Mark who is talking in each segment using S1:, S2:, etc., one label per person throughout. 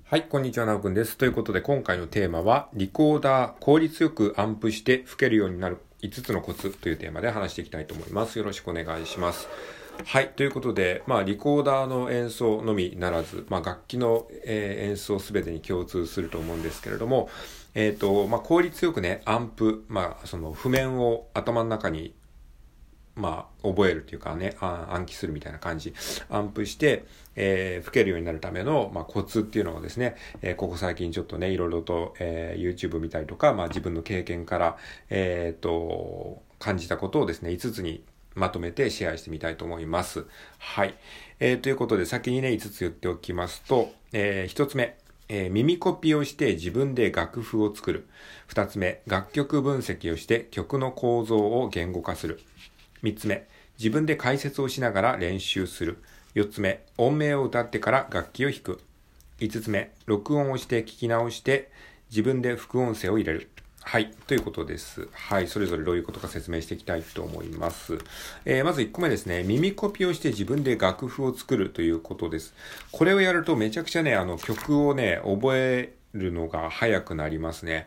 S1: はい、こんにちは、なおくんです。ということで、今回のテーマは、リコーダー、効率よくアンプして吹けるようになる5つのコツというテーマで話していきたいと思います。よろしくお願いします。はい、ということで、リコーダーの演奏のみならず、楽器の、演奏すべてに共通すると思うんですけれども、効率よくね、アンプ、その譜面を頭の中に覚えるというかね、暗記するみたいな感じ、アンプして、吹けるようになるための、コツっていうのをですね、ここ最近ちょっとね、いろいろと、YouTube 見たりとか、自分の経験から、感じたことをですね、5つにまとめてシェアしてみたいと思います。はい。ということで、先にね、5つ言っておきますと、1つ目、耳コピをして自分で楽譜を作る。2つ目、楽曲分析をして曲の構造を言語化する。3つ目、自分で解説をしながら練習する。4つ目、音名を歌ってから楽器を弾く。5つ目、録音をして聞き直して自分で副音声を入れる。はい。ということです。はい。それぞれどういうことか説明していきたいと思います。まず1個目ですね。耳コピをして自分で楽譜を作るということです。これをやるとめちゃくちゃね、曲をね、覚えるのが早くなりますね。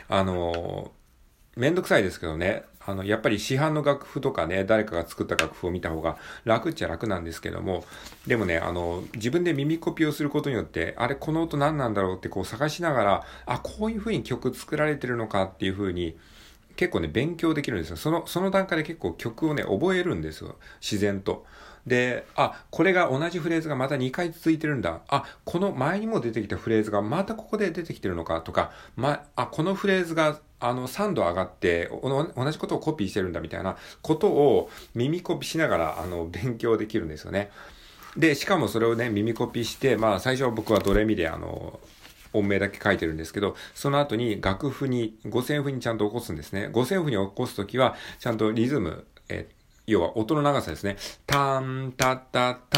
S1: めんどくさいですけどね。やっぱり市販の楽譜とかね、誰かが作った楽譜を見た方が楽っちゃ楽なんですけども、でもね、自分で耳コピをすることによって、あれ、この音何なんだろうってこう探しながら、こういう風に曲作られてるのかっていう風に、結構ね、勉強できるんですよ。その段階で結構曲をね、覚えるんですよ。自然と。で、これが同じフレーズがまた2回続いてるんだ。この前にも出てきたフレーズがまたここで出てきてるのかとか、このフレーズが3度上がって同じことをコピーしてるんだみたいなことを耳コピしながら勉強できるんですよね。で、しかもそれをね、耳コピして、最初は僕はドレミで音名だけ書いてるんですけど、その後に楽譜に、五線譜にちゃんと起こすんですね。五線譜に起こすときは、ちゃんとリズム、要は音の長さですね。タン、タッタ、タ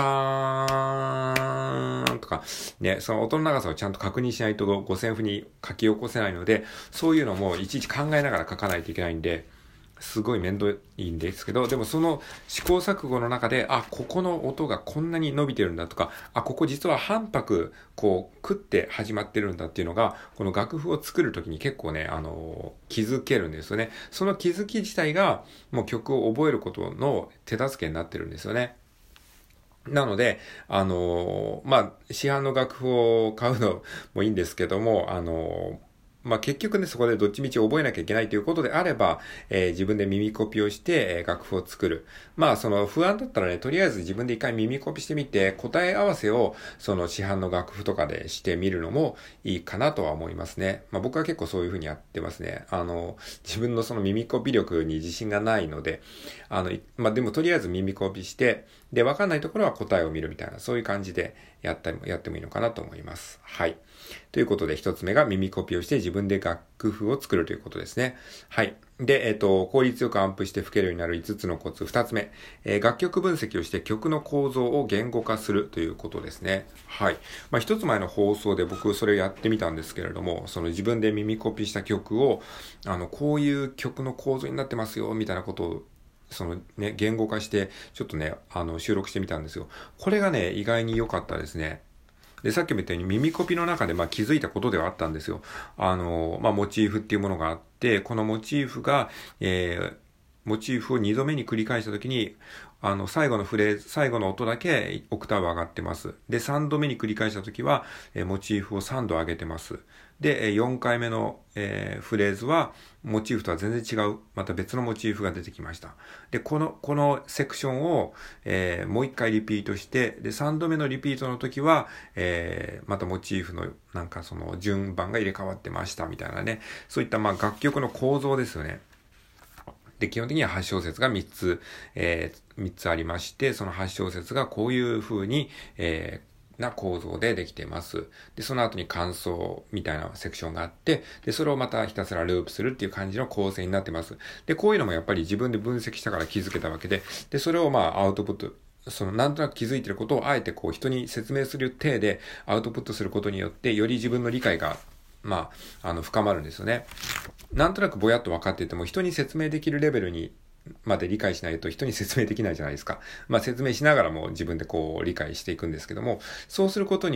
S1: ーンとか、ね、その音の長さをちゃんと確認しないと五線譜に書き起こせないので、そういうのもいちいち考えながら書かないといけないんで、すごい面倒いんですけど、でもその試行錯誤の中で、ここの音がこんなに伸びてるんだとか、ここ実は半拍、食って始まってるんだっていうのが、この楽譜を作るときに結構ね、気づけるんですよね。その気づき自体が、もう曲を覚えることの手助けになってるんですよね。なので、市販の楽譜を買うのもいいんですけども、結局ね、そこでどっちみち覚えなきゃいけないということであれば、自分で耳コピをして、楽譜を作る。その不安だったらね、とりあえず自分で一回耳コピしてみて、答え合わせを、その市販の楽譜とかでしてみるのもいいかなとは思いますね。僕は結構そういうふうにやってますね。自分のその耳コピ力に自信がないので、でもとりあえず耳コピして、で、わかんないところは答えを見るみたいな、そういう感じでやってもいいのかなと思います。はい。ということで、一つ目が耳コピをして自分で楽譜を作るということですね。はい。で、効率よくアンプして吹けるようになる5つのコツ。2つ目、楽曲分析をして曲の構造を言語化するということですね。はい。一つ前の放送で僕それやってみたんですけれども、その自分で耳コピした曲を、こういう曲の構造になってますよ、みたいなことを言語化して、ちょっとね、収録してみたんですよ。これがね、意外に良かったですね。で、さっきも言ったように耳コピの中で気づいたことではあったんですよ。モチーフっていうものがあって、このモチーフが、モチーフを2度目に繰り返したときに、最後のフレーズ、最後の音だけオクターブ上がってます。で、3度目に繰り返したときは、モチーフを3度上げてます。で、4回目の、フレーズは、モチーフとは全然違う、また別のモチーフが出てきました。で、このセクションを、もう一回リピートして、で、3度目のリピートの時は、またモチーフの、その順番が入れ替わってました、みたいなね。そういった、楽曲の構造ですよね。で、基本的には8小節が3つ、3つありまして、その8小節がこういう風に、な構造でできています。で、その後に感想みたいなセクションがあって、で、それをまたひたすらループするっていう感じの構成になってます。で、こういうのもやっぱり自分で分析したから気づけたわけで、で、それをアウトプット、なんとなく気づいてることをあえて人に説明する体でアウトプットすることによって、より自分の理解が深まるんですよね。なんとなくぼやっと分かっていても、人に説明できるレベルにまで理解しないと人に説明できないじゃないですか。説明しながらも自分で理解していくんですけども、そうすることによっ 、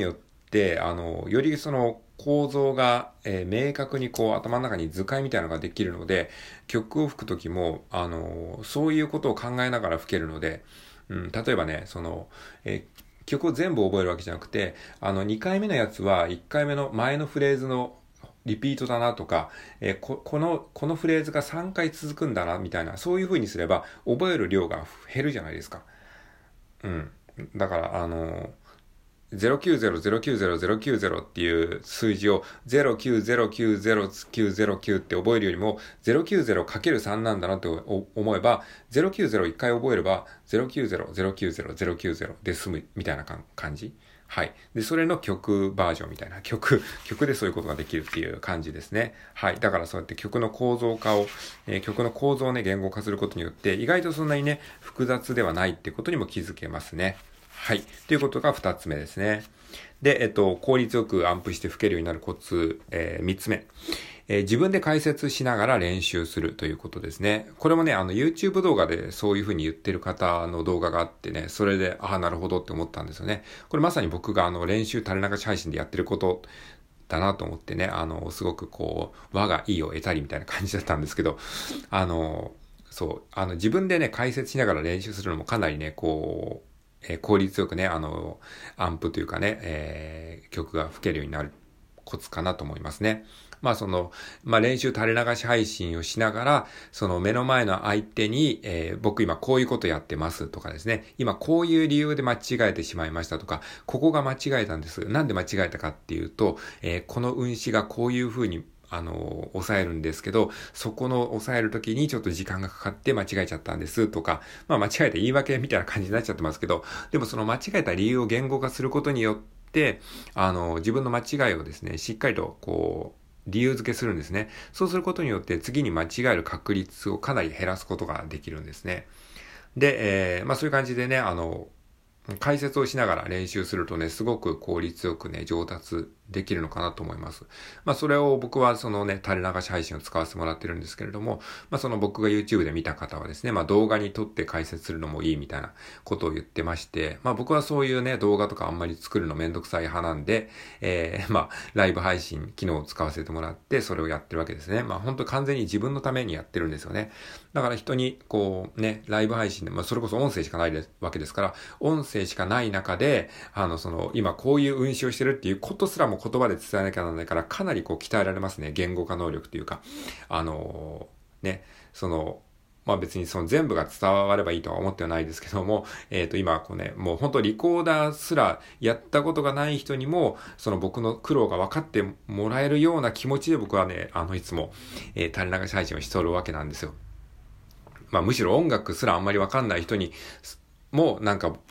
S1: よりその構造が、明確にこう頭の中に図解みたいなのができるので、曲を吹くときも、そういうことを考えながら吹けるので、例えばね、曲を全部覚えるわけじゃなくて、2回目のやつは1回目の前のフレーズのリピートだなとか、このフレーズが3回続くんだなみたいな、そういう風にすれば覚える量が減るじゃないですか。だから090090090っていう数字を090900909って覚えるよりも 090×3 なんだなって思えば、090回覚えれば090090090で済むみたいな感じ。はい。で、それの曲バージョンみたいな曲でそういうことができるっていう感じですね。はい。だからそうやって曲の構造をね、言語化することによって、意外とそんなにね、複雑ではないってことにも気づけますね。はい。ということが2つ目ですね。で、効率よくアンプして吹けるようになるコツ、3つ目。自分で解説しながら練習するということですね。これもね、YouTube 動画でそういう風に言ってる方の動画があってね、それで、なるほどって思ったんですよね。これまさに僕が練習垂れ流し配信でやってることだなと思ってね、すごくこう、我が意を得たりみたいな感じだったんですけど、自分でね、解説しながら練習するのもかなりね、こう、効率よくね、アンプというかね、曲が吹けるようになるコツかなと思いますね。練習垂れ流し配信をしながら、その目の前の相手に、僕今こういうことやってますとかですね、今こういう理由で間違えてしまいましたとか、ここが間違えたんです。なんで間違えたかっていうと、この運指がこういう風に抑えるんですけど、そこの抑えるときにちょっと時間がかかって間違えちゃったんですとか、間違えた言い訳みたいな感じになっちゃってますけど、でもその間違えた理由を言語化することによって、自分の間違いをですね、しっかりとこう、理由付けするんですね。そうすることによって次に間違える確率をかなり減らすことができるんですね。で、そういう感じでね、解説をしながら練習するとね、すごく効率よくね、上達できるのかなと思います。それを僕はそのね、垂れ流し配信を使わせてもらってるんですけれども、その僕が YouTube で見た方はですね、動画に撮って解説するのもいいみたいなことを言ってまして、僕はそういうね、動画とかあんまり作るのめんどくさい派なんで、ライブ配信機能を使わせてもらって、それをやってるわけですね。本当完全に自分のためにやってるんですよね。だから人に、こうね、ライブ配信で、それこそ音声しかないわけですから、音声しかない中で、今こういう運指をしてるっていうことすらも言葉で伝えなきゃならないから、かなりこう鍛えられますね。言語化能力というか。別にその全部が伝わればいいとは思ってはないですけども、今こうね、もう本当リコーダーすらやったことがない人にも、その僕の苦労が分かってもらえるような気持ちで僕はね、いつも、垂れ流し配信をしとるわけなんですよ。むしろ音楽すらあんまり分かんない人にも、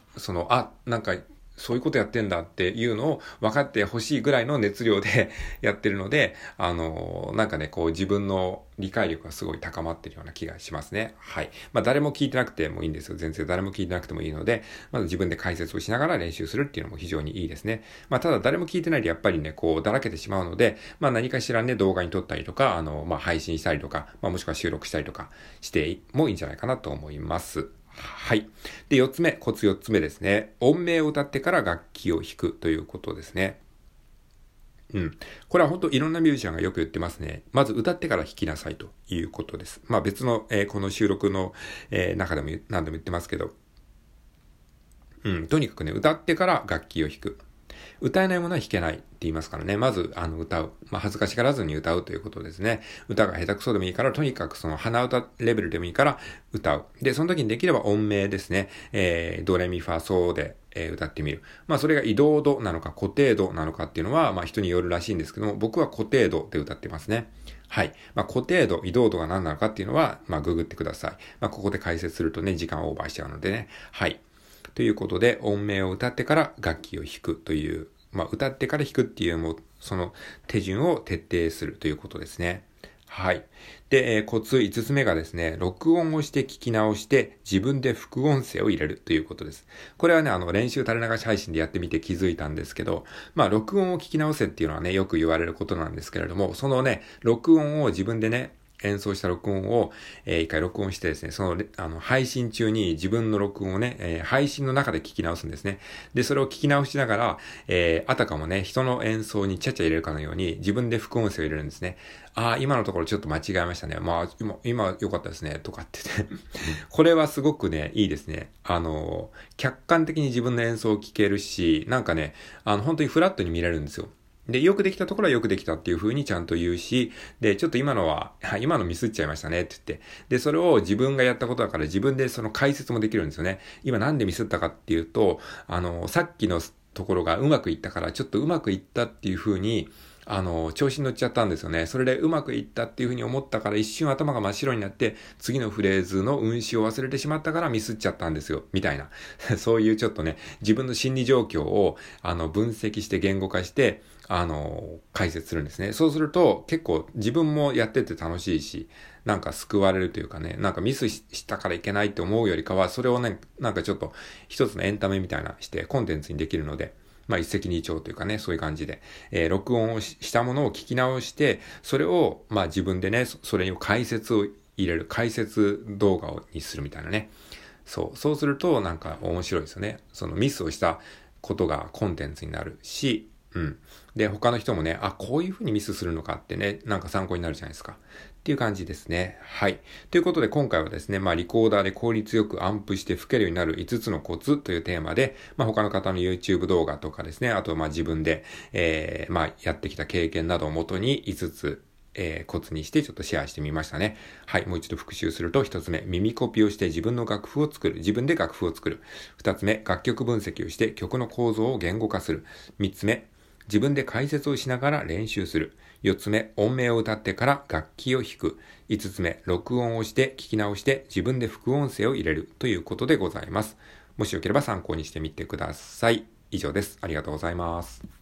S1: そういうことやってんだっていうのを分かってほしいぐらいの熱量でやってるので、こう自分の理解力がすごい高まってるような気がしますね。はい。誰も聞いてなくてもいいんですよ。全然誰も聞いてなくてもいいので、まず自分で解説をしながら練習するっていうのも非常にいいですね。ただ誰も聞いてないとやっぱりね、こうだらけてしまうので、何かしらね、動画に撮ったりとか、配信したりとか、もしくは収録したりとかしてもいいんじゃないかなと思います。はい。で、コツ4つ目ですね。音名を歌ってから楽器を弾くということですね。これは本当いろんなミュージシャンがよく言ってますね。まず歌ってから弾きなさいということです。別の、この収録の、中でも何度も言ってますけど、とにかくね、歌ってから楽器を弾く。歌えないものは弾けないって言いますからね。まず、歌う。恥ずかしがらずに歌うということですね。歌が下手くそでもいいから、とにかくその鼻歌レベルでもいいから歌う。で、その時にできれば音名ですね。ドレミファソで、歌ってみる。それが移動度なのか固定度なのかっていうのは、人によるらしいんですけども、僕は固定度で歌ってますね。はい。固定度、移動度が何なのかっていうのは、ググってください。ここで解説するとね、時間オーバーしちゃうのでね。はい。ということで、音名を歌ってから楽器を弾くという、歌ってから弾くっていうもう、その手順を徹底するということですね。はい。で、コツ5つ目がですね、録音をして聞き直して自分で副音声を入れるということです。これはね、練習垂れ流し配信でやってみて気づいたんですけど、録音を聞き直せっていうのはね、よく言われることなんですけれども、そのね、録音を自分でね、 演奏した録音を、一回録音してですね、配信中に自分の録音をね、配信の中で聞き直すんですね。で、それを聞き直しながら、あたかもね、人の演奏にちゃちゃ入れるかのように、自分で副音声を入れるんですね。今のところちょっと間違えましたね。今良かったですね。とかってね。これはすごくね、いいですね。客観的に自分の演奏を聞けるし、なんかね、本当にフラットに見れるんですよ。で、よくできたところはよくできたっていう風にちゃんと言うし、で、ちょっと今のミスっちゃいましたねって言って、で、それを自分がやったことだから自分でその解説もできるんですよね。今なんでミスったかっていうと、さっきのところがうまくいったから、ちょっとうまくいったっていう風に、調子に乗っちゃったんですよね。それでうまくいったっていう風に思ったから一瞬頭が真っ白になって、次のフレーズの運指を忘れてしまったからミスっちゃったんですよ。みたいな。そういうちょっとね、自分の心理状況を、分析して言語化して、解説するんですね。そうすると、結構自分もやってて楽しいし、なんか救われるというかね、なんかミスしたからいけないって思うよりかは、それをね、なんかちょっと一つのエンタメみたいなしてコンテンツにできるので、一石二鳥というかね、そういう感じで、録音をしたものを聞き直して、それを、自分でね、それに解説を入れる、解説動画にするみたいなね。そうすると、なんか面白いですよね。そのミスをしたことがコンテンツになるし、で、他の人もね、こういう風にミスするのかってね、なんか参考になるじゃないですか。っていう感じですね。はい。ということで今回はですね、リコーダーで効率よくアンプして吹けるようになる5つのコツというテーマで、他の方の YouTube 動画とかですね、あと自分で、やってきた経験などをもとに5つ、コツにしてちょっとシェアしてみましたね。はい。もう一度復習すると、1つ目、耳コピをして自分の楽譜を作る。自分で楽譜を作る。2つ目、楽曲分析をして曲の構造を言語化する。3つ目、自分で解説をしながら練習する。4つ目、音名を歌ってから楽器を弾く。5つ目、録音をして聞き直して自分で副音声を入れるということでございます。もしよければ参考にしてみてください。以上です。ありがとうございます。